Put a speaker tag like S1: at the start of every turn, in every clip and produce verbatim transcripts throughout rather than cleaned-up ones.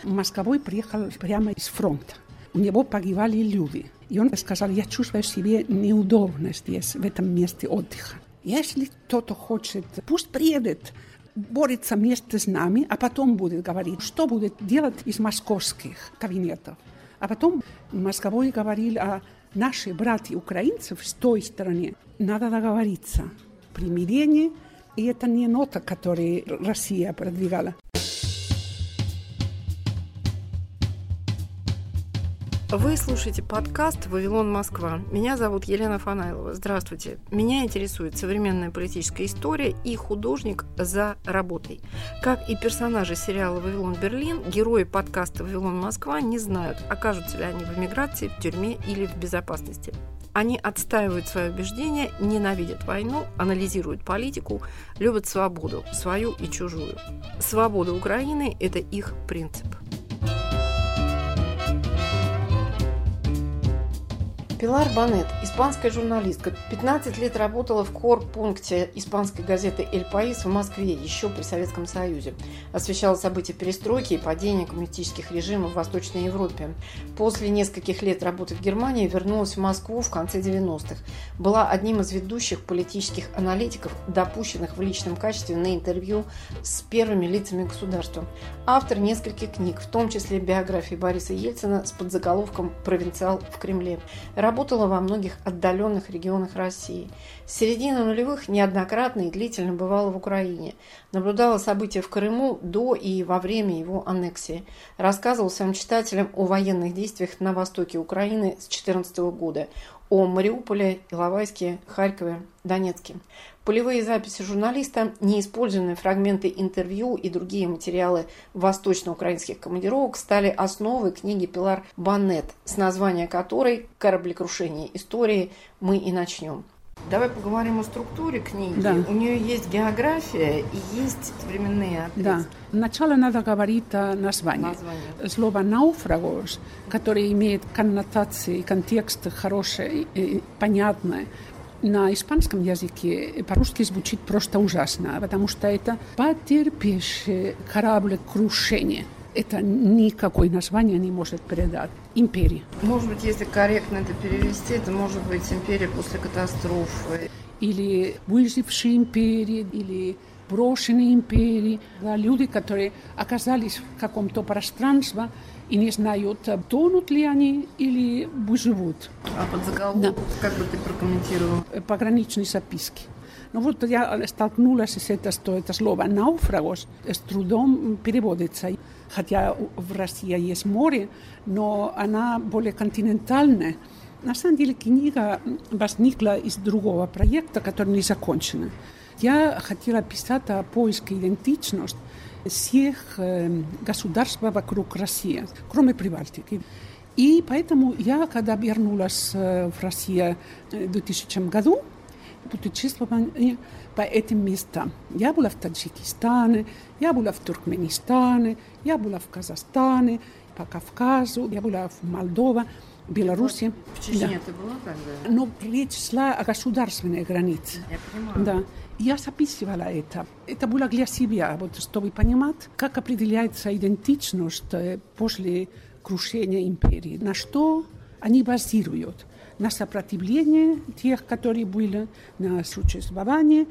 S1: Мозговой приехал прямо из фронта. У него погибали люди. И он сказал, я чувствую себе неудобно здесь, в этом месте отдыха. Если кто-то хочет, пусть приедет, борется вместе с нами, а потом будет говорить, что будет делать из московских кабинетов. А потом Мозговой говорил о наших братьях украинцев с той стороны. Надо договориться. Примирение, и это не нота, которую Россия продвигала.
S2: Вы слушаете подкаст «Вавилон, Москва». Меня зовут Елена Фанайлова. Здравствуйте. Меня интересует современная политическая история и художник за работой. Как и персонажи сериала «Вавилон, Берлин», герои подкаста «Вавилон, Москва» не знают, окажутся ли они в эмиграции, в тюрьме или в безопасности. Они отстаивают свои убеждения, ненавидят войну, анализируют политику, любят свободу, свою и чужую. Свобода Украины – это их принцип. Пилар Бонет, испанская журналистка, пятнадцать лет работала в корпункте испанской газеты «Эль Паис» в Москве, еще при Советском Союзе. Освещала события перестройки и падения коммунистических режимов в Восточной Европе. После нескольких лет работы в Германии вернулась в Москву в конце девяностых. Была одним из ведущих политических аналитиков, допущенных в личном качестве на интервью с первыми лицами государства. Автор нескольких книг, в том числе биографии Бориса Ельцина с подзаголовком «Провинциал в Кремле». Работала во многих отдаленных регионах России. С середины нулевых неоднократно и длительно бывала в Украине. Наблюдала события в Крыму до и во время его аннексии. Рассказывала своим читателям о военных действиях на востоке Украины с две тысячи четырнадцатого года, о Мариуполе, Иловайске, Харькове, Донецке. Полевые записи журналиста, неиспользованные фрагменты интервью и другие материалы восточно-украинских командировок стали основой книги Пилар Бонет, с названия которой «Кораблекрушение истории» мы и начнем. Давай поговорим о структуре книги.
S1: Да.
S2: У нее есть география и есть временные отрезки.
S1: Да. Сначала надо говорить о названии.
S2: Название.
S1: Слово «наufragos», которое имеет коннотации и контекст хороший и понятный, на испанском языке по-русски звучит просто ужасно, потому что это потерпевшее кораблекрушение. Это никакое название не может передать. Империя.
S2: Может быть, если корректно это перевести, это может быть империя после катастрофы.
S1: Или выжившие империи, или брошенные империи. Да, люди, которые оказались в каком-то пространстве и не знают, тонут ли они или выживут.
S2: А под заголовок, да. Как бы ты прокомментировал?
S1: Пограничные записки. Ну вот я столкнулась с этим, что это слово «наufragos» с трудом переводится. Хотя в России есть море, но она более континентальная. На самом деле книга возникла из другого проекта, который не закончен. Я хотела писать о поиске идентичности всех государств вокруг России, кроме Прибалтики. И поэтому я, когда вернулась в Россию в двухтысячном году, путешествовала по этим местам. Я была в Таджикистане, я была в Туркменистане, я была в Казахстане, по Кавказу, я была в Молдове, Беларуси.
S2: В Чечне
S1: да.
S2: ты была тогда?
S1: Но речь шла о государственной границе.
S2: Я понимаю.
S1: Да. Я записывала это. Это было для себя, вот, чтобы понимать, как определяется идентичность после крушения империи, на что они базируют. На сопротивление тех, которые были, на существование,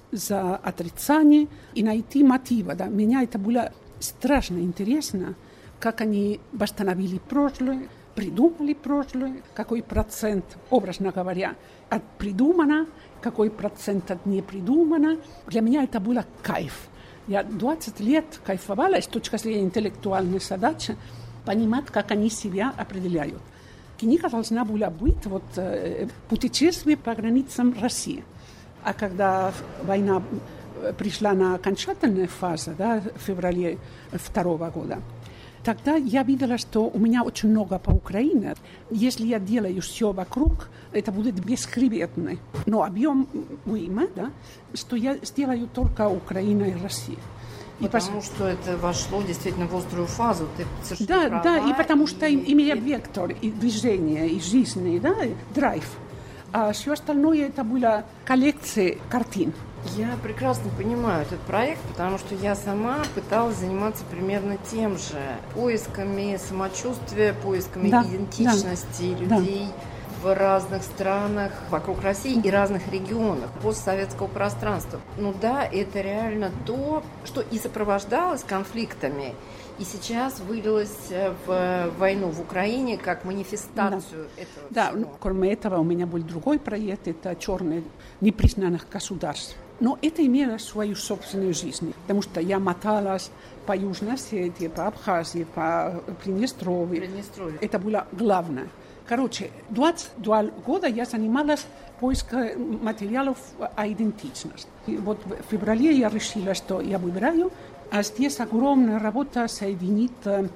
S1: за отрицание и найти мотивы. Да. Меня это было страшно интересно, как они восстановили прошлое, придумали прошлое, какой процент, образно говоря, от придумано, какой процент от не придумано. Для меня это было кайф. Я двадцать лет кайфовала с точки зрения интеллектуальной задачи понимать, как они себя определяют. Книга должна была быть вот, путешествие по границам России. А когда война пришла на окончательную фазу, да, в феврале второго года, тогда я видела, что у меня очень много по Украине. Если я делаю все вокруг, это будет бесхребетно. Но объем уйма, да, что я сделаю только Украина и Россия. И
S2: потому пос... что это вошло действительно в острую фазу. Ты совершенно
S1: да,
S2: права,
S1: да, и потому
S2: и...
S1: что имея вектор и движение, и жизни, да, и драйв. А все остальное это была коллекция картин.
S2: Я прекрасно понимаю этот проект, потому что я сама пыталась заниматься примерно тем же. Поисками самочувствия, поисками да, идентичности да, людей да. в разных странах вокруг России и разных регионах постсоветского пространства. Ну да, это реально то, что и сопровождалось конфликтами, и сейчас вылилось в войну в Украине как манифестацию да. этого
S1: да,
S2: всего.
S1: Ну, кроме этого у меня был другой проект, это «Черные непризнанных государств». Но это имело свою собственную жизнь, потому что я моталась по Южной Осетии, по Абхазии, по Приднестровью.
S2: Приднестровье.
S1: Это было главное. Короче, двадцать два года я занималась поиском материалов о идентичности. И вот в феврале я решила, что я выбираю, а здесь огромная работа соединить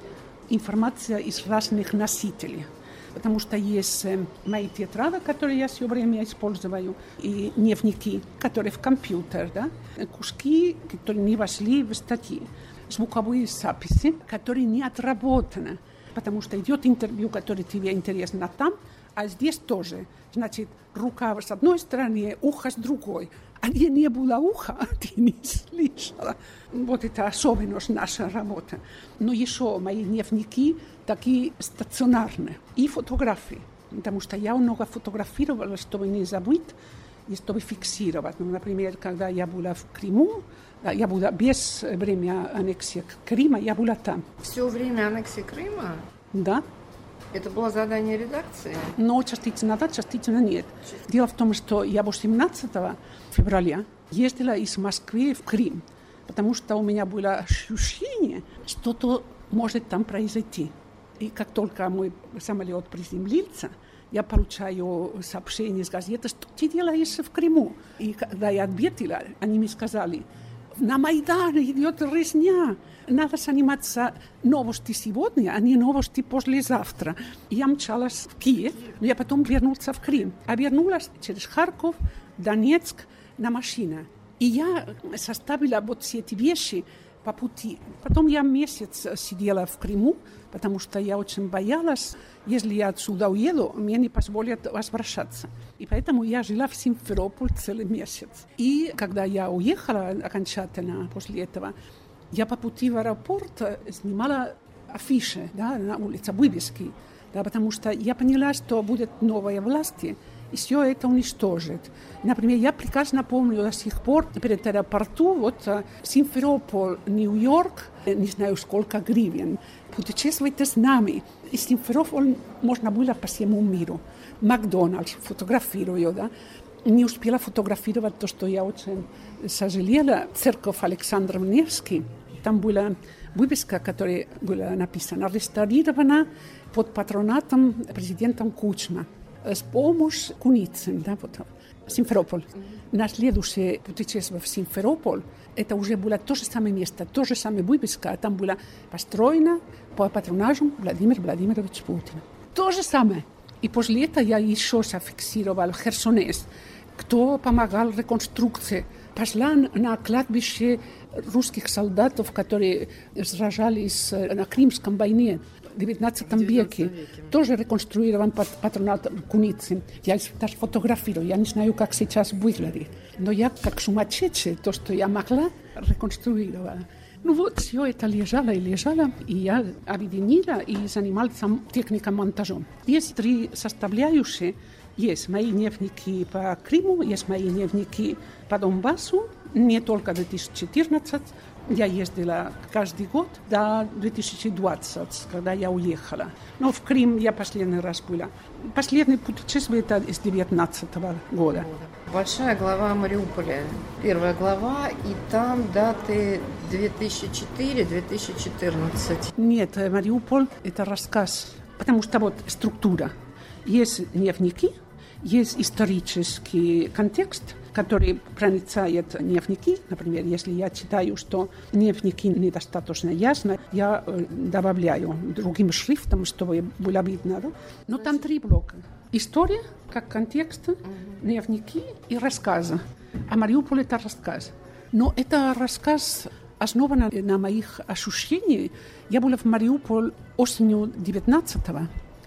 S1: информацию из разных носителей. Потому что есть мои тетради, которые я все время использую, и дневники, которые в компьютер, да? Куски, которые не вошли в статьи, звуковые записи, которые не отработаны, потому что идет интервью, которое тебе интересно там, а здесь тоже. Значит, рука с одной стороны, ухо с другой. А где не было уха, ты не слышала. Вот это особенность нашей работы. Но еще мои дневники такие стационарные. И фотографии. Потому что я много фотографировала, чтобы не забыть и чтобы фиксировать. Ну, например, когда я была в Крыму, я была без времени аннексии Крыма, я была там.
S2: Все время аннексии Крыма?
S1: Да.
S2: Это было задание редакции?
S1: Но частично да, частично нет. Дело в том, что я восемнадцатого февраля ездила из Москвы в Крым, потому что у меня было ощущение, что что-то может там произойти. И как только мой самолет приземлился, я получаю сообщение из газеты, что ты делаешь в Крыму. И когда я ответила, они мне сказали, на Майдане идет резня. Надо заниматься новости сегодня, а не новости послезавтра. Я мчалась в Киев, но я потом вернулась в Крым. А вернулась через Харьков, Донецк на машине. И я составила вот все эти вещи по пути. Потом я месяц сидела в Крыму, потому что я очень боялась, если я отсюда уеду, мне не позволят возвращаться. И поэтому я жила в Симферополе целый месяц. И когда я уехала окончательно после этого, я по пути в аэропорт снимала афиши, да, на улице, вывески, да, потому что я поняла, что будет новая власть, и все это уничтожит. Например, я прекрасно помню до сих пор перед аэропортом, вот Симферополь, Нью-Йорк, не знаю сколько гривен. Путешествуйте с нами. И Симферополь можно было по всему миру. Макдональдс фотографирую, да. Не успела фотографировать то, что я очень сожалела. Церковь Александра Невский. Там была вывеска, которая была написана, реставрирована под патронатом президента Кучма. С помощью Куницын, да, вот, Симферополь. На следующее путешествие в Симферополь, это уже было то же самое место, то же самое вывеска, а там была построена по патронажу Владимира Владимировича Путина. То же самое. И после этого я еще зафиксировал Херсонес, кто помогал реконструкции. Пошла на кладбище русских солдатов, которые сражались на Крымском войне в девятнадцатом веке. Тоже реконструирован под патронатом Куницын. Я даже фотографирую, я не знаю, как сейчас выглядит. Но я как сумасшедшая, то, что я могла, реконструировала. Ну вот, все это лежало и лежало, и я объединила и занималась техникой-монтажом. Есть три составляющие. Есть мои дневники по Крыму, есть мои дневники по Донбассу, не только две тысячи четырнадцатый. Я ездила каждый год до две тысячи двадцатого, когда я уехала. Но в Крым я последний раз была. Последнее путешествие это с девятнадцатого года.
S2: Большая глава о Мариуполе. Первая глава, и там даты две тысячи четвёртый - две тысячи четырнадцатый.
S1: Нет, Мариуполь – это рассказ, потому что вот структура. Есть дневники, есть исторический контекст, который проницает дневники. Например, если я читаю, что дневники недостаточно ясно, я добавляю другим шрифтом, чтобы было видно. Да? Но там три блока. История, как контекст, дневники и рассказы. А Мариуполь – это рассказ. Но это рассказ основан на моих ощущениях. Я была в Мариуполе осенью девятнадцатого.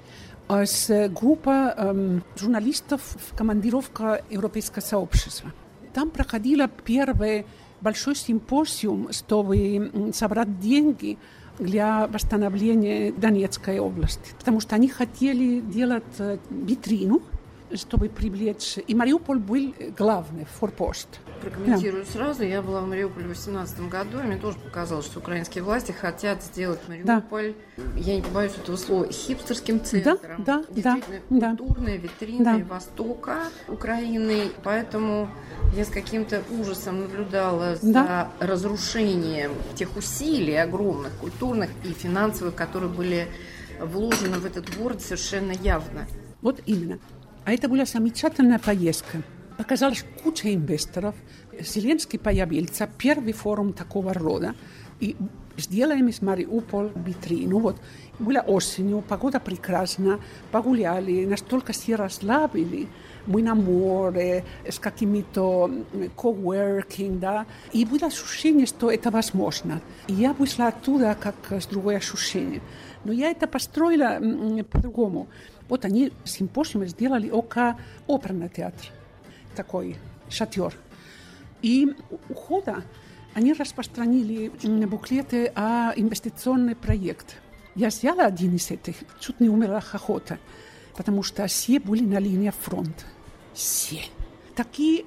S1: с группой э, журналистов в командировка Европейского сообщества. Там проходила первый большой симпозиум, чтобы собрать деньги для восстановления Донецкой области. Потому что они хотели делать витрину, чтобы привлечь... И Мариуполь был главный, форпост.
S2: Прокомментирую да. сразу. Я была в Мариуполе в две тысячи восемнадцатом году, и мне тоже показалось, что украинские власти хотят сделать Мариуполь, да. я не побоюсь этого слова, хипстерским центром.
S1: Да, да,
S2: действительно
S1: да,
S2: культурной витриной
S1: да.
S2: Востока Украины. Поэтому я с каким-то ужасом наблюдала
S1: да.
S2: за разрушением тех усилий огромных, культурных и финансовых, которые были вложены в этот город совершенно явно.
S1: Вот именно. А это была замечательная поездка. Показалась куча инвесторов. Зеленский появился, первый форум такого рода. И сделаем из Мариуполя витрину. Вот. Была осенью, погода прекрасна, погуляли, настолько все расслабили. Мы на море, с какими-то coworking, да. И было ощущение, что это возможно. И я вышла оттуда как с другое ощущение. Но я это построила по-другому. Вот они симпозиум сделали около оперного театра. Такой шатер. И у входа они распространили буклеты о инвестиционный проект. Я взяла один из этих, чуть не умерла хохота, потому что все были на линии фронта. Все. Такие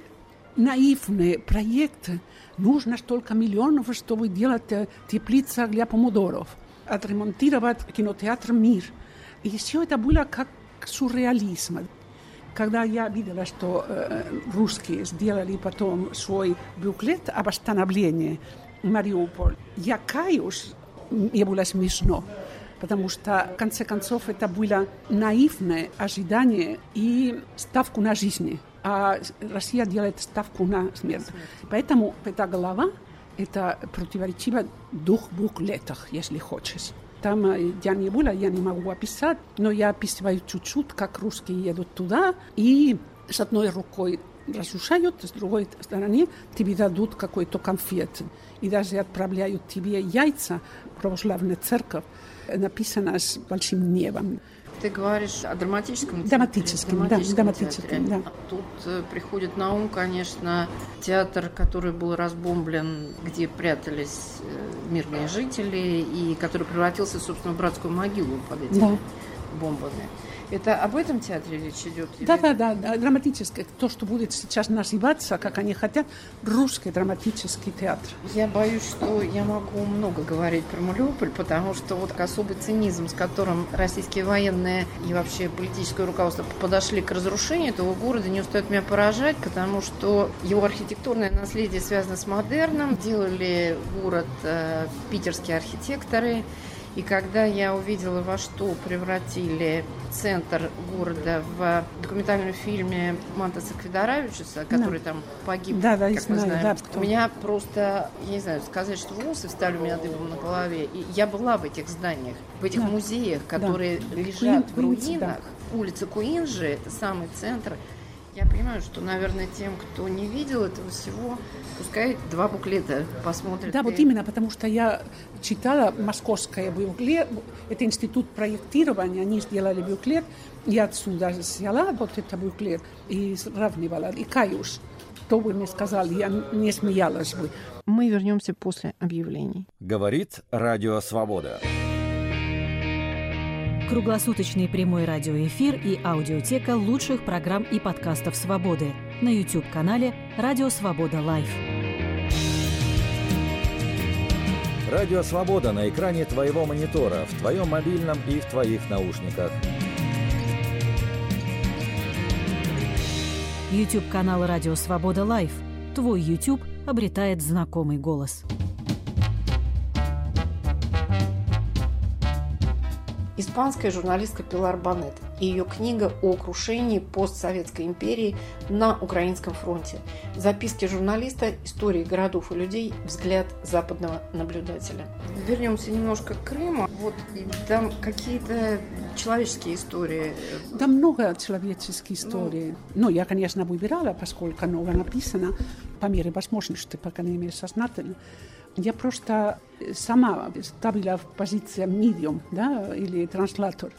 S1: наивные проекты. Нужно столько миллионов, чтобы делать теплица для помидоров, отремонтировать кинотеатр «Мир». И все это было как сюрреализм. Когда я видела, что э, русские сделали потом свой буклет о восстановлении Мариуполя, я каюсь, мне было смешно, потому что, в конце концов, это было наивное ожидание и ставку на жизнь, а Россия делает ставку на смерть. Поэтому эта глава, это противоречиво двух буклетах, если хочешь. Там я не была, я не могу описать, но я описываю чуть-чуть, как русские едут туда, и с одной рукой разрушают, с другой стороны тебе дадут какой-то конфет. И даже отправляют тебе яйца, православная церковь, написано с большим небом.
S2: Ты говоришь о драматическом театре?
S1: Драматическом, да, драматическом, да.
S2: Тут э, приходит на ум, конечно, театр, который был разбомблен, где прятались э, мирные жители, и который превратился, собственно, в братскую могилу под этими да. бомбами. Это об этом театре речь идет?
S1: Да, да, да, да, драматическое. То, что будет сейчас называться, как они хотят, русский драматический театр.
S2: Я боюсь, что я могу много говорить про Мариуполь, потому что вот особый цинизм, с которым российские военные и вообще политическое руководство подошли к разрушению этого города, не устает меня поражать, потому что его архитектурное наследие связано с модерном. Делали город э, питерские архитекторы. И когда я увидела, во что превратили центр города в документальном фильме Мантаса Квидоравичуса, который да. там погиб,
S1: да, да,
S2: как мы
S1: знаю,
S2: знаем,
S1: да,
S2: у меня просто, я не знаю, сказать, что волосы встали у меня дыбом на голове. И я была в этих зданиях, в этих да. музеях, которые да. лежат Куин, в руинах. Да. Улица Куинджи – это самый центр. Я понимаю, что, наверное, тем, кто не видел этого всего, пускай два буклета посмотрят.
S1: Да,
S2: и...
S1: вот именно, потому что я читала московское буклет, это институт проектирования, они сделали буклет, я отсюда взяла вот этот буклет и сравнивала, и каюсь. Что вы мне сказали, я не смеялась бы.
S2: Мы вернемся после объявлений.
S3: Говорит Радио Свобода.
S4: Круглосуточный прямой радиоэфир и аудиотека лучших программ и подкастов «Свободы» на YouTube-канале «Радио Свобода Лайв».
S3: Радио Свобода на экране твоего монитора, в твоем мобильном и в твоих наушниках.
S4: YouTube-канал «Радио Свобода Лайв». Твой YouTube обретает знакомый голос.
S2: Испанская журналистка Пилар Бонет и ее книга о крушении постсоветской империи на Украинском фронте. Записки журналиста, истории городов и людей, взгляд западного наблюдателя. Вернемся немножко к Крыму. Вот там какие-то человеческие истории.
S1: Да, много человеческих историй. Ну, ну я, конечно, выбирала, поскольку много написано, по мере возможности, по крайней мере, сознательно. Я просто сама ставила в позицию medium, да, или транслатор.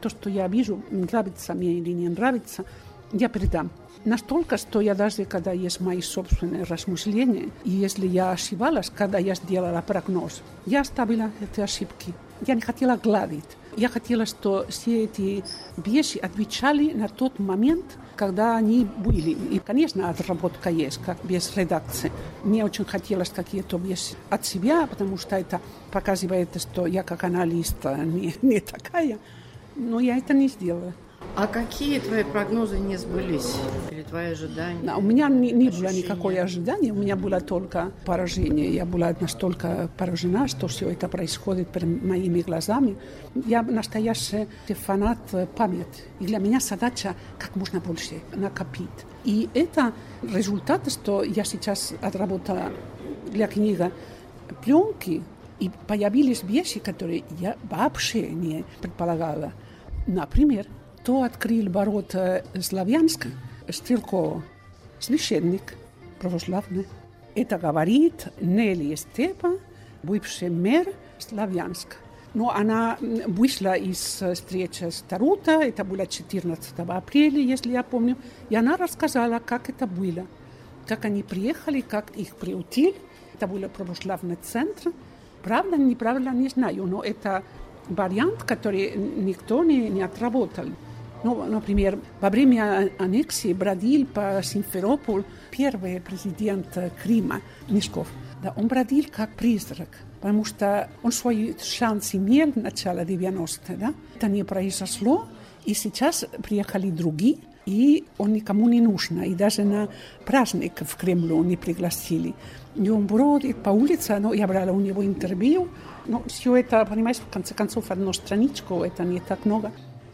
S1: то, что я вижу, нравится мне или не нравится, я передам. Настолько, что я даже, когда есть мои собственные размышления, и если я ошибалась, когда я сделала прогноз, я оставила эти ошибки. Я не хотела гладить. Я хотела, что все эти вещи отвечали на тот момент, когда они были. И, конечно, отработка есть, как без редакции. Мне очень хотелось какие-то вещи от себя, потому что это показывает, что я как аналист не, не такая. Но я это не сделала.
S2: А какие твои прогнозы не сбылись? Или твои ожидания?
S1: Да, у меня не, не было никакого ожидания, у меня было только поражение. Я была настолько поражена, что все это происходит перед моими глазами. Я настоящий фанат памяти. И для меня задача как можно больше накопить. И это результат, что я сейчас отработала для книги пленки, и появились вещи, которые я вообще не предполагала. Например, кто открыл ворота Славянска, Стрелкова, священник православный. Это говорит Нелли Степа, бывший мэр Славянска. Но она вышла из встречи с Тарута, это было четырнадцатого апреля, если я помню, и она рассказала, как это было, как они приехали, как их приютили. Это был православный центр. Правда, неправильно, не знаю, но это вариант, который никто не, не отработал. Ну, например, во время аннексии бродил по Симферополю первый президент Крыма, Мешков. Да, он бродил как призрак, потому что он свой шанс имел в начале девяностых. Да? Это не произошло, и сейчас приехали другие, и он никому не нужен. И даже на праздник в Кремль не пригласили. И он бродит по улице, но я брала у него интервью. Но все это, понимаешь, в конце концов, одну страничку, это не так много.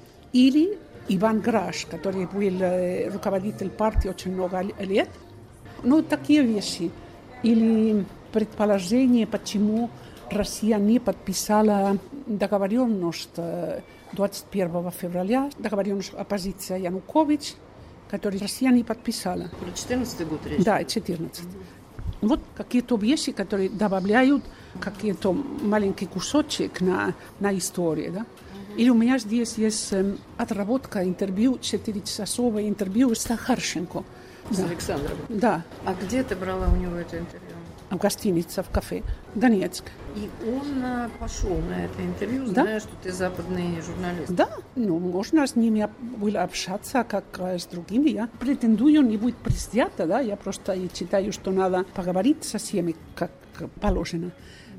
S1: Или Иван Граш, который был руководитель партии очень много лет. Ну, такие вещи. Или предположение, почему Россия не подписала договоренность двадцать первого февраля, договоренность оппозиция Янукович, которую Россия не подписала.
S2: Про четырнадцатый год речь?
S1: Да, четырнадцатый. Mm-hmm. Вот какие-то вещи, которые добавляют какие-то маленький кусочек на, на историю, да? Или у меня здесь есть э, отработка интервью, четырехчасовое интервью с Сахарченко.
S2: С
S1: да.
S2: Александром?
S1: Да.
S2: А где ты брала у него это интервью?
S1: В гостинице, в кафе, Донецк.
S2: И он а, пошел на это интервью, зная, да? Что ты западный журналист.
S1: Да, ну, можно с ними было общаться, как с другими. Я претендую не быть предвзята, да, я просто считаю, что надо поговорить со всеми, как положено.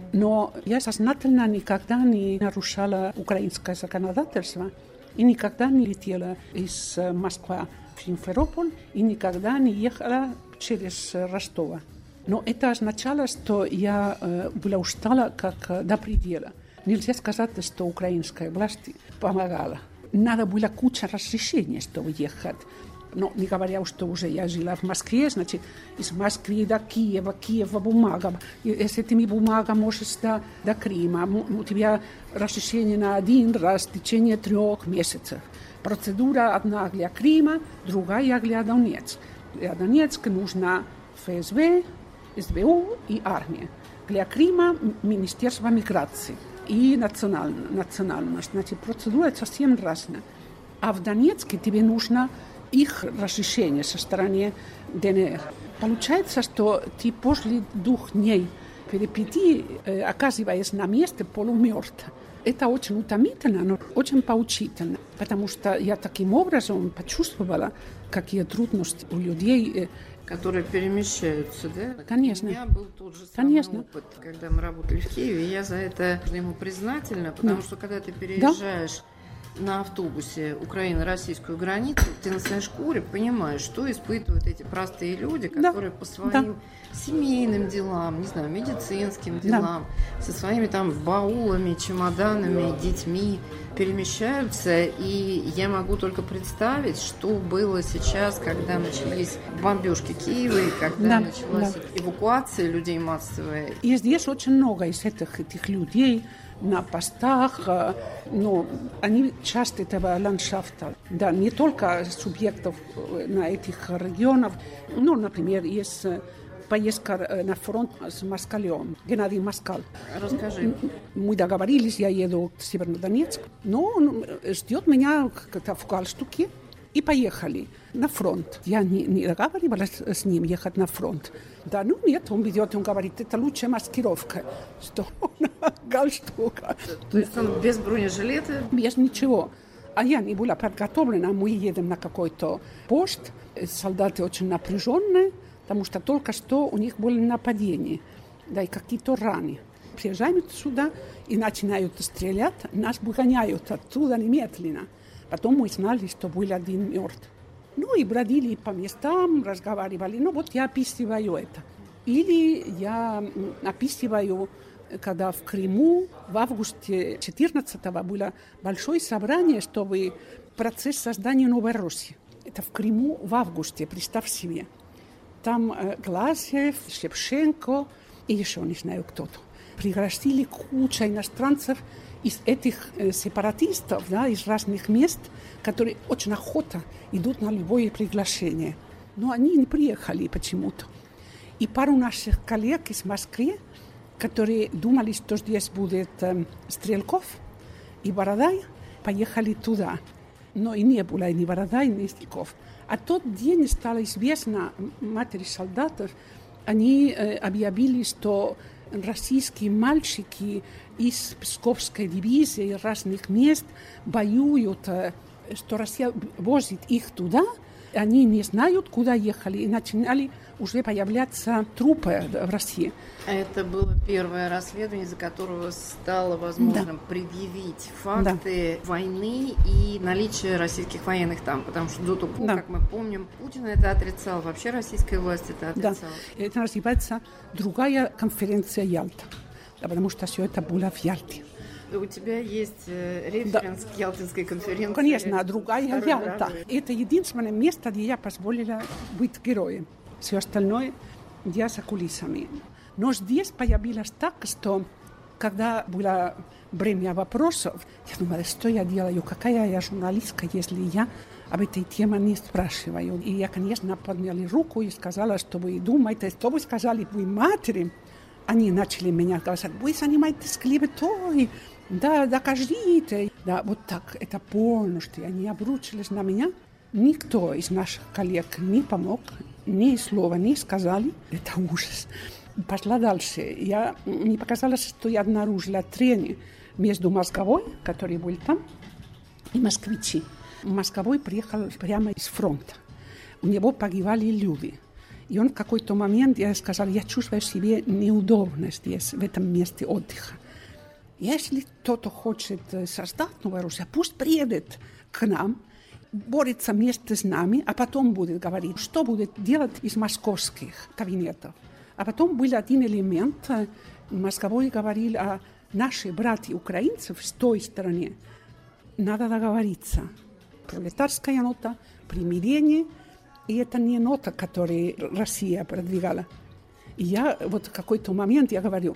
S1: Но я сознательно никогда не нарушала украинское законодательство и никогда не летела из Москвы в Симферополь и никогда не ехала через Ростова. Но это означало, что я э, была устала как э, до предела. Нельзя сказать, что украинская власть помогала. Надо было куча разрешений, чтобы ехать. Но не говоря, что уже я жила в Москве, значит, из Москвы до Киева, Киева бумага. И с этими бумагами можешь до, до Крыма. У тебя разрешение на один раз в течение трех месяцев. Процедура одна для Крыма, другая для Донецка. Для Донецка нужно ФСБ, СБУ и армия. Для Крыма Министерство миграции и национальность. Значит, процедура совсем разная. А в Донецке тебе нужно их разрешение со стороны ДНР. Получается, что ты после двух дней перипетий э, оказываешься на месте полумертв. Это очень утомительно, но очень поучительно, потому что я таким образом почувствовала, какие трудности у людей.
S2: Которые перемещаются, да?
S1: Конечно.
S2: У меня был тот же самый Конечно. опыт, когда мы работали в Киеве, и я за это ему признательна, потому да. что когда ты переезжаешь да? на автобусе Украино-российскую границу, ты на своей шкуре понимаешь, что испытывают эти простые люди, которые да. по своим да. семейным делам, не знаю, медицинским делам, да. со своими там баулами, чемоданами, детьми перемещаются, и я могу только представить, что было сейчас, когда начались бомбежки Киева, и когда да, началась да. эвакуация людей массовая.
S1: И здесь очень много из этих, этих людей на постах, но они часть этого ландшафта. Да, не только субъектов на этих регионах. Ну, например, есть поездка на фронт с Москалем, Геннадий Москаль.
S2: Расскажи.
S1: Мы договорились, я еду в Северодонецк, но он ждет меня как-то в галстуке, и поехали на фронт. Я не, не договаривалась с ним ехать на фронт. Да, ну нет, он ведет, он говорит, это лучшая маскировка, что галстука.
S2: То есть он без бронежилета?
S1: Без ничего. А я не была подготовлена, мы едем на какой-то пост, солдаты очень напряженные, потому что только что у них были нападения, да и какие-то раны. Приезжают сюда и начинают стрелять, нас выгоняют оттуда немедленно. Потом мы знали, что был один мертв. Ну и бродили по местам, разговаривали. Ну вот я описываю это. Или я описываю, когда в Крыму в августе четырнадцатого было большое собрание, чтобы процесс создания Новой Руси. Это в Крыму в августе, представь себе. Там э, Глазьев, Шевченко и еще не знаю кто-то. Пригласили кучу иностранцев из этих э, сепаратистов, да, из разных мест, которые очень охотно идут на любое приглашение. Но они не приехали почему-то. И пару наших коллег из Москвы, которые думали, что здесь будет э, Стрелков и Бородай, поехали туда. Но и не было ни Бородай, ни Стрелков. А тот день стало известно матери солдатов, они э, объявили, что российские мальчики из Псковской дивизии, разных мест воюют, что Россия возит их туда, они не знают, куда ехали, и начинали уже появляться трупы в России.
S2: Это было первое расследование, за которого стало возможным да. предъявить факты да. войны и наличие российских военных там, потому что до того, да. как мы помним, Путин это отрицал, вообще российская власть это отрицала.
S1: Да. Это называется другая конференция Ялта, да, потому что все это было в Ялте.
S2: У тебя есть референс да. к Ялтинской конференции?
S1: Конечно, другая Ялта. Это единственное место, где я позволила быть героем. Все остальное я за кулисами. Но здесь появилось так, что когда было время вопросов, я думала, что я делаю, какая я журналистка, если я об этой теме не спрашиваю. И я, конечно, подняла руку и сказала, что вы думаете, что вы сказали, вы матери. Они начали меня говорить, вы занимаетесь клеветой, да, докажите. Да, вот так, это полностью. Они обручились на меня. Никто из наших коллег не помог, ни слова не сказали. Это ужас. Пошла дальше. Я, мне показалось, что я обнаружила трение между Мозговой, который был там, и москвичи. Мозговой приехал прямо из фронта. У него погибали люди. И он в какой-то момент, я сказала, я чувствую себе неудобно здесь, в этом месте отдыха. Если кто-то хочет создать Новую Русь, пусть приедет к нам, борется вместе с нами, а потом будет говорить, что будет делать из московских кабинетов. А потом был один элемент, Мозговой говорил о наших братьях-украинцев с той стороны. Надо договориться. Пролетарская нота, примирение. И это не нота, которую Россия продвигала. И я вот в какой-то момент я говорю,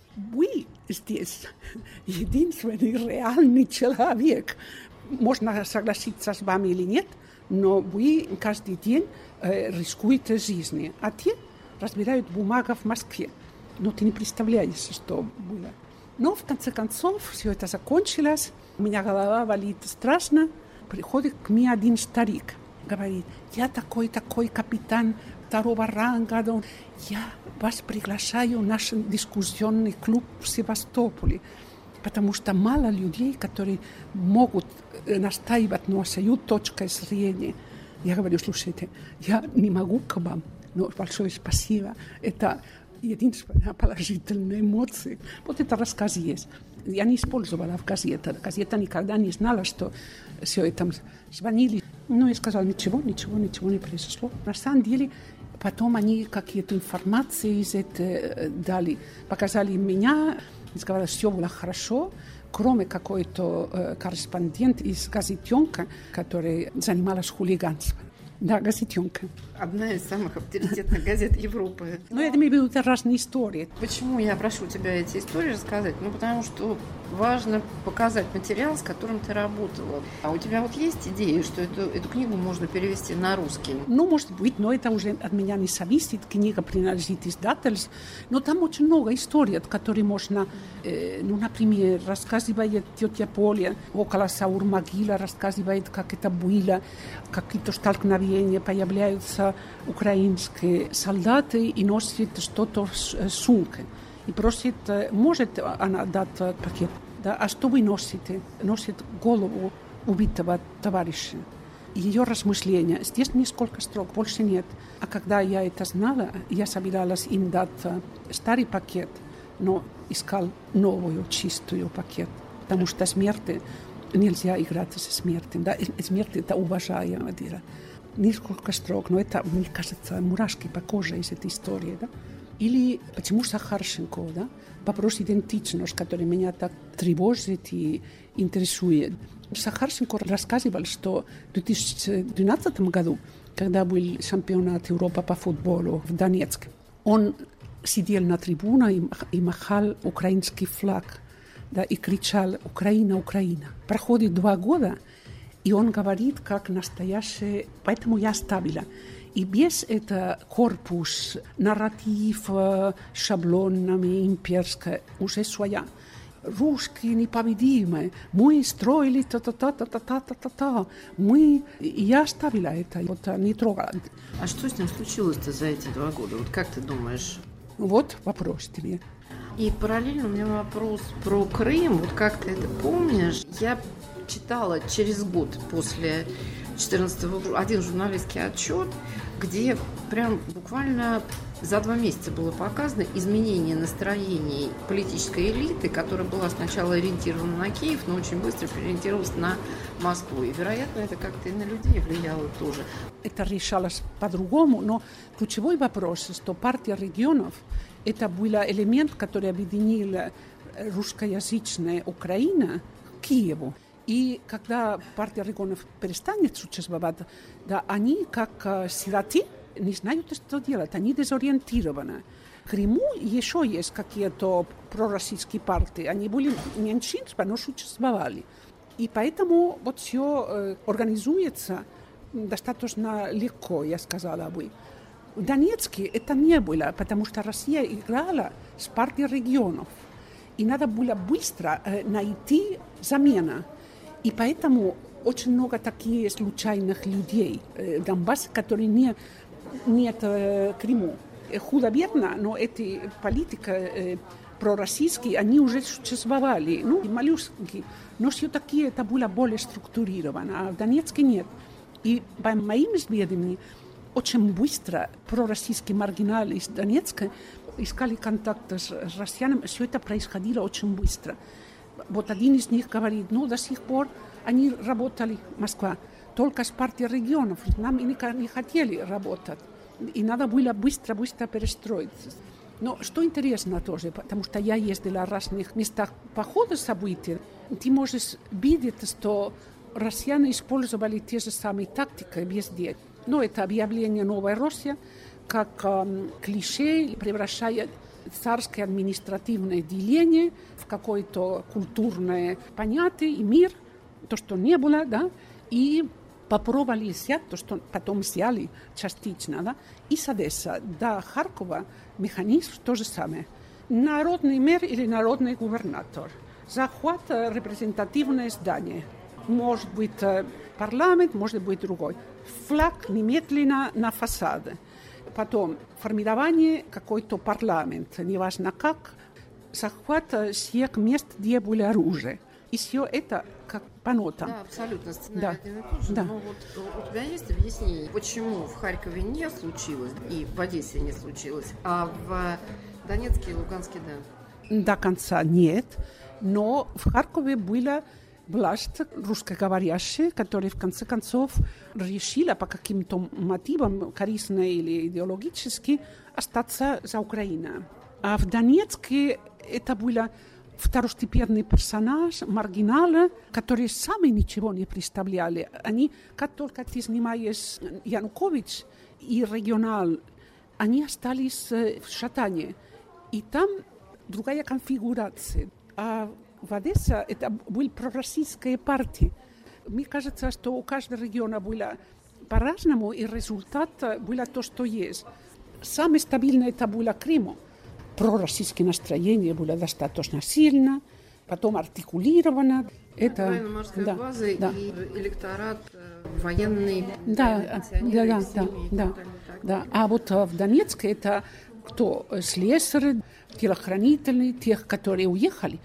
S1: вы здесь единственный реальный человек. Можно согласиться с вами или нет, но вы каждый день э, рискуете жизнью. А те разбирают бумагу в Москве. Но ты не представляешь, что было. Но в конце концов все это закончилось. У меня голова болит страшно. Приходит к мне один старик. Говорит, я такой-такой капитан второго ранга, я вас приглашаю в наш дискуссионный клуб в Севастополе, потому что мало людей, которые могут настаивать на свою точку зрения. Я говорю, слушайте, я не могу к вам, но большое спасибо, это единственная положительная эмоция. Вот это рассказ есть. Я не использовала в газете. Газета никогда не знала, что все это звонили. Ну, я сказала, ничего, ничего, ничего не произошло. На самом деле, потом они какие-то информации из этого дали. Показали меня, и сказали, все было хорошо, кроме какой-то э, корреспондент из газетенка, который занималась хулиганством. Да, газетенка.
S2: Одна из самых авторитетных газет Европы.
S1: Ну, я имею в виду разные истории.
S2: Почему я прошу тебя эти истории рассказать? Ну, потому что важно показать материал, с которым ты работала. А у тебя вот есть идея, что эту, эту книгу можно перевести на русский?
S1: Ну, может быть, но это уже от меня не зависит. Книга принадлежит издательству. Но там очень много историй, от которых можно... Э, ну, например, рассказывает тетя Поля около Саур-могила, рассказывает, как это было, какие-то столкновения, появляются украинские солдаты и носят что-то в сумке. И просит, может она дать пакет, да? А что вы носите? Носит голову убитого товарища. Ее размышления. Здесь несколько строк, больше нет. А когда я это знала, я собиралась им дать старый пакет, но искал новую, чистую пакет. Потому что смерти нельзя играть со смертью. Да? Смерть – это уважаемое дело. Несколько строк, но это, мне кажется, мурашки по коже из этой истории, да? Или почему Сахарченко, да? Вопрос идентичности, который меня так тревожит и интересует. Сахарченко рассказывал, что в две тысячи двенадцатом году, когда был чемпионат Европы по футболу в Донецке, он сидел на трибуне и махал украинский флаг, да, и кричал «Украина, Украина». Проходит два года, и он говорит, как настоящий, поэтому я оставила. И без этого корпус, нарратив, шаблонами имперская, уже своя. Русские непобедимые, мы строили та-та-та-та-та-та-та-та. Мы... И я оставила это, вот не трогала.
S2: А что с ним случилось-то за эти два года? Вот как ты думаешь?
S1: Вот вопрос тебе.
S2: И параллельно у меня вопрос про Крым. Вот как ты это помнишь? Я читала через год после четырнадцатого года один журналистский отчет, где прям буквально за два месяца было показано изменение настроений политической элиты, которая была сначала ориентирована на Киев, но очень быстро переориентировалась на Москву. И, вероятно, это как-то и на людей влияло тоже.
S1: Это решалось по-другому, но ключевой вопрос, что партия регионов – это был элемент, который объединил русскоязычная Украина к Киеву. И когда партия регионов перестанет существовать, да, они, как сироты, не знают, что делать, они дезориентированы. В Крыму еще есть какие-то пророссийские партии, они были меньшинства, но существовали. И поэтому вот все э, организуется достаточно легко, я сказала бы. В Донецке это не было, потому что Россия играла с партией регионов. И надо было быстро э, найти замену. И поэтому очень много таких случайных людей в Донбассе, которые не, нет в Крыму. Худо-бедно, но эти политики пророссийские, они уже существовали. Ну, моллюски, но все-таки это было более структурировано, а в Донецке нет. И по моим сведениям, очень быстро пророссийские маргиналы из Донецка искали контакты с россиянами. Все это происходило очень быстро. Вот один из них говорит, ну, до сих пор они работали, Москва, только с партией регионов. Нам никогда не хотели работать. И надо было быстро-быстро перестроиться. Но что интересно тоже, потому что я ездила в разных местах по ходу событий, ты можешь видеть, что россияне использовали те же самые тактики везде. Но это объявление «Новая Россия» как э, клише, превращая царское административное деление в какое-то культурное понятие и мир, то, что не было, да, и попробовали взять то, что потом взяли частично, да, из Одессы до Харькова механизм то же самое. Народный мэр или народный губернатор, захват репрезентативное здание, может быть парламент, может быть другой, флаг немедленно на фасаде. Потом формирование какой-то парламент, неважно как, захват всех мест, где было оружие. И все это как по нотам.
S2: Да, абсолютно. Сценарий
S1: да.
S2: один и тот же.
S1: Да.
S2: Но вот у тебя есть объяснение, почему в Харькове не случилось и в Одессе не случилось, а в Донецке и Луганске да?
S1: До конца нет, но в Харькове было власть русскоговорящая, которая в конце концов решила по каким-то мотивам, корыстно или идеологически, остаться за Украиной. А в Донецке это было второстепенный персонаж, маргиналы, которые сами ничего не представляли. Они, как только ты снимаешь Янукович и регионал, они остались в шатании. И там другая конфигурация. А в Одессе это были пророссийские партии. Мне кажется, что у каждого региона было по-разному, и результат был то, что есть. Самое стабильное это было Крым. Пророссийское настроение было достаточно сильно, потом артикулировано. Это
S2: военно-морской
S1: да,
S2: базы
S1: да.
S2: и электорат военный.
S1: Да, да, да, да, да, да. А вот в Донецке это кто? Слесари, телохранители, тех, которые уехали.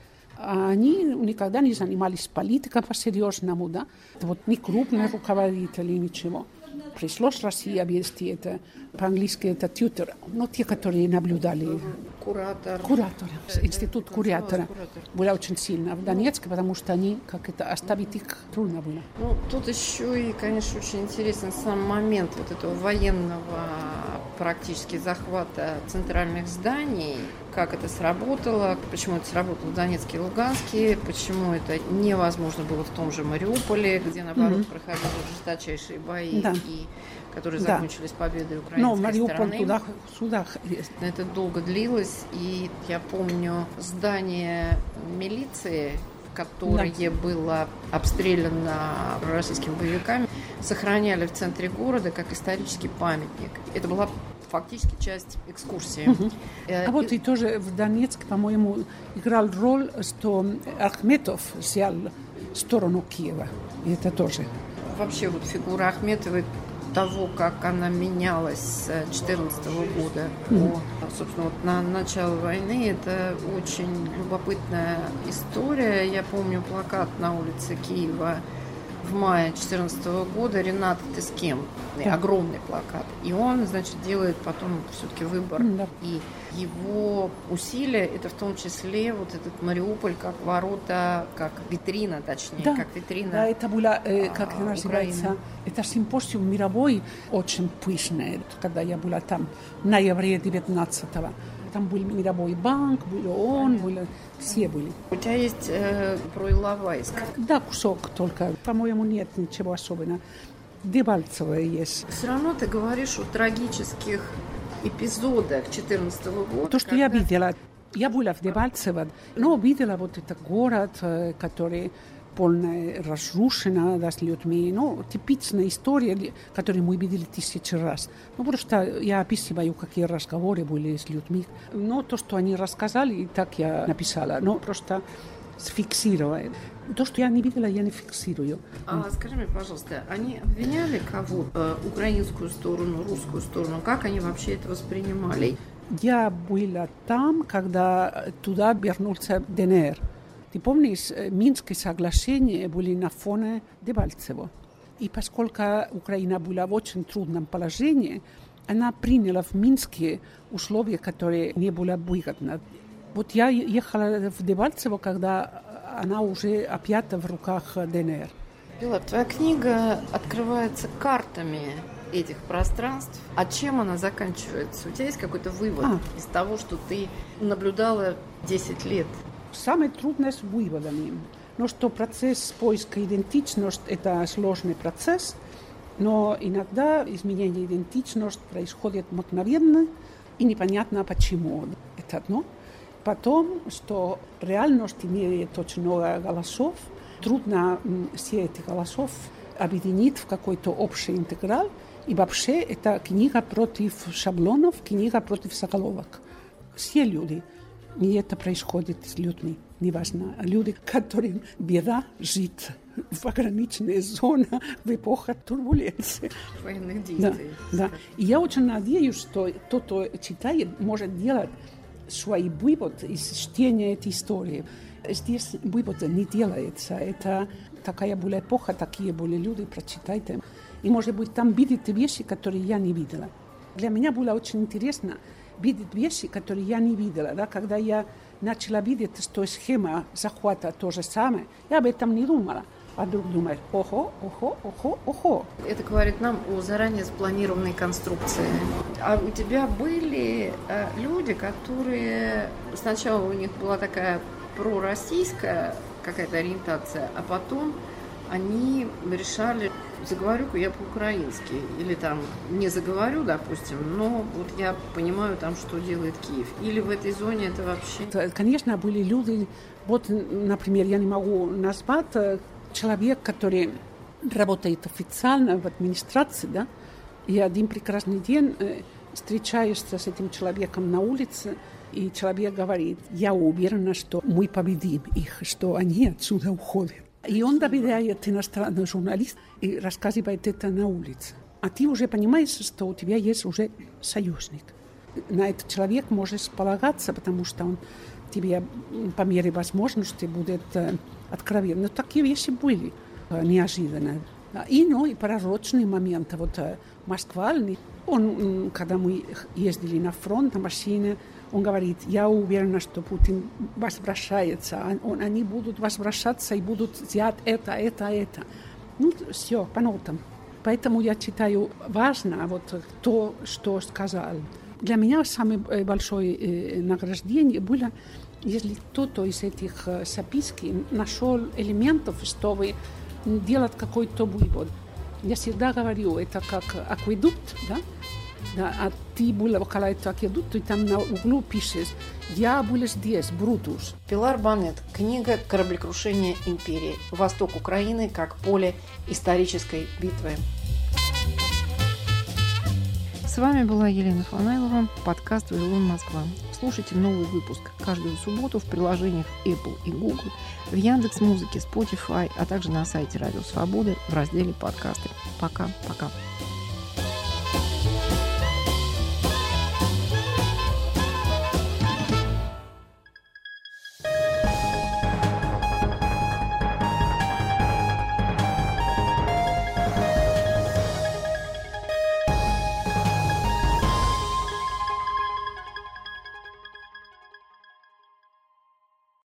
S1: Они никогда не занимались политикой по-серьезному, да. Это вот не крупные руководители, ничего. Пришлось России объяснить это. По-английски это тьютер. Но те, которые наблюдали.
S2: Куратор.
S1: Куратор.
S2: Это,
S1: Институт
S2: это
S1: куратора.
S2: Куратор.
S1: Было очень сильно в Донецке, потому что они, как это, оставить их трудно было.
S2: Ну, тут еще и, конечно, очень интересен сам момент вот этого военного практически захвата центральных зданий. Как это сработало, почему это сработало в Донецке и Луганске, почему это невозможно было в том же Мариуполе, где, наоборот, mm-hmm. проходили жесточайшие бои,
S1: да.
S2: и, которые
S1: да.
S2: закончились победой украинской
S1: Но Мариуполь
S2: стороны.
S1: туда, сюда есть.
S2: Это долго длилось, и я помню здание милиции, которое да. было обстреляно российскими боевиками, сохраняли в центре города как исторический памятник. Это была фактически часть экскурсии.
S1: Угу. Э, а вот и... и тоже в Донецке, по-моему, играл роль, что Ахметов взял сторону Киева. И это тоже.
S2: Вообще вот фигура Ахметовой, того, как она менялась с две тысячи четырнадцатого года mm-hmm. по, собственно, вот на начало войны, это очень любопытная история. Я помню плакат на улице Киева в мае две тысячи четырнадцатого года «Ренат, ты с кем?» Да. Огромный плакат. И он, значит, делает потом все-таки выбор. Да. И его усилия, это в том числе вот этот Мариуполь как ворота, как витрина, точнее,
S1: да.
S2: как витрина.
S1: Да, это было, э, как это
S2: а,
S1: называется,
S2: Украины.
S1: Это симпозиум мировой, очень пышный, когда я была там в ноябре девятнадцатого. Там был Мировой банк, был ООН, были, все были.
S2: У тебя есть э, про Иловайск?
S1: Да, кусок только. По-моему, нет ничего особенного. Дебальцево есть.
S2: Все равно ты говоришь о трагических эпизодах две тысячи четырнадцатого года.
S1: То, что когда... я видела. Я была в Дебальцево, но видела вот этот город, который полно разрушено, да, с людьми. Ну, типичная история, которую мы видели тысячи раз. Ну, просто я описываю, какие разговоры были с людьми. Но то, что они рассказали, и так я написала. Но просто сфиксировала. То, что я не видела, я не фиксирую.
S2: А скажи мне, пожалуйста, они обвиняли кого? Э, украинскую сторону, русскую сторону? Как они вообще это воспринимали?
S1: Я была там, когда туда вернулся ДНР. Ты помнишь, Минские соглашения были на фоне Дебальцево. И поскольку Украина была в очень трудном положении, она приняла в Минске условия, которые не были выгодны. Вот я ехала в Дебальцево, когда она уже опять в руках ДНР.
S2: Бела, твоя книга открывается картами этих пространств. А чем она заканчивается? У тебя есть какой-то вывод а. из того, что ты наблюдала десять лет?
S1: Самое трудное с выводами. Но что процесс поиска идентичности – это сложный процесс, но иногда изменение идентичности происходит мгновенно и непонятно почему. Это одно. Потом, что реальность имеет очень много голосов, трудно все эти голосов объединить в какой-то общий интеграл. И вообще это книга против шаблонов, книга против заголовок. Все люди. И это происходит с людьми, неважно. Люди, которым беда жить в пограничной зоне в эпоху турбуленции.
S2: Военных действий.
S1: Да, да. И я очень надеюсь, что тот, кто читает, может делать свои выводы из чтения этой истории. Здесь выводы не делается. Это такая была эпоха, такие были люди, прочитайте. И, может быть, там видите вещи, которые я не видела. Для меня было очень интересно видеть вещи, которые я не видела. Да? Когда я начала видеть, что схема захвата то же самое, я об этом не думала. А вдруг думаешь, ого, ого, ого, ого.
S2: Это говорит нам о заранее спланированной конструкции. А у тебя были э, люди, которые сначала у них была такая пророссийская какая-то ориентация, а потом они решали, заговорю-ка я по-украински, или там не заговорю, допустим, но вот я понимаю там, что делает Киев. Или в этой зоне это вообще...
S1: Конечно, были люди, вот, например, я не могу назвать человек, который работает официально в администрации, да, и один прекрасный день встречаешься с этим человеком на улице, и человек говорит: я уверена, что мы победим их, что они отсюда уходят. И он доверяет иностранный журналист и рассказывает это на улице. А ты уже понимаешь, что у тебя есть уже союзник. На этот человек можешь полагаться, потому что он тебе по мере возможности будет откровенен. Но такие вещи были неожиданно. И, ну, и пророчные моменты. Вот Москва, он, когда мы ездили на фронт на машине, он говорит: я уверена, что Путин возвращается, он, они будут возвращаться и будут делать это, это, это. Ну, все, по нотам. Поэтому я считаю важно вот то, что сказал. Для меня самое большое награждение было, если кто-то из этих записок нашел элементов, чтобы делать какой-то вывод. Я всегда говорю, это как акведукт, да? Да, а ты была около этого акведукта, и там на углу пишешь: я была здесь, Брутус.
S2: Пилар Банет. Книга «Кораблекрушение империи. Восток Украины как поле исторической битвы». С вами была Елена Фанайлова, подкаст «Вавилон Москва». Слушайте новый выпуск каждую субботу в приложениях Apple и Google, в Яндекс.Музыке, Spotify, а также на сайте Радио Свободы в разделе «Подкасты». Пока-пока.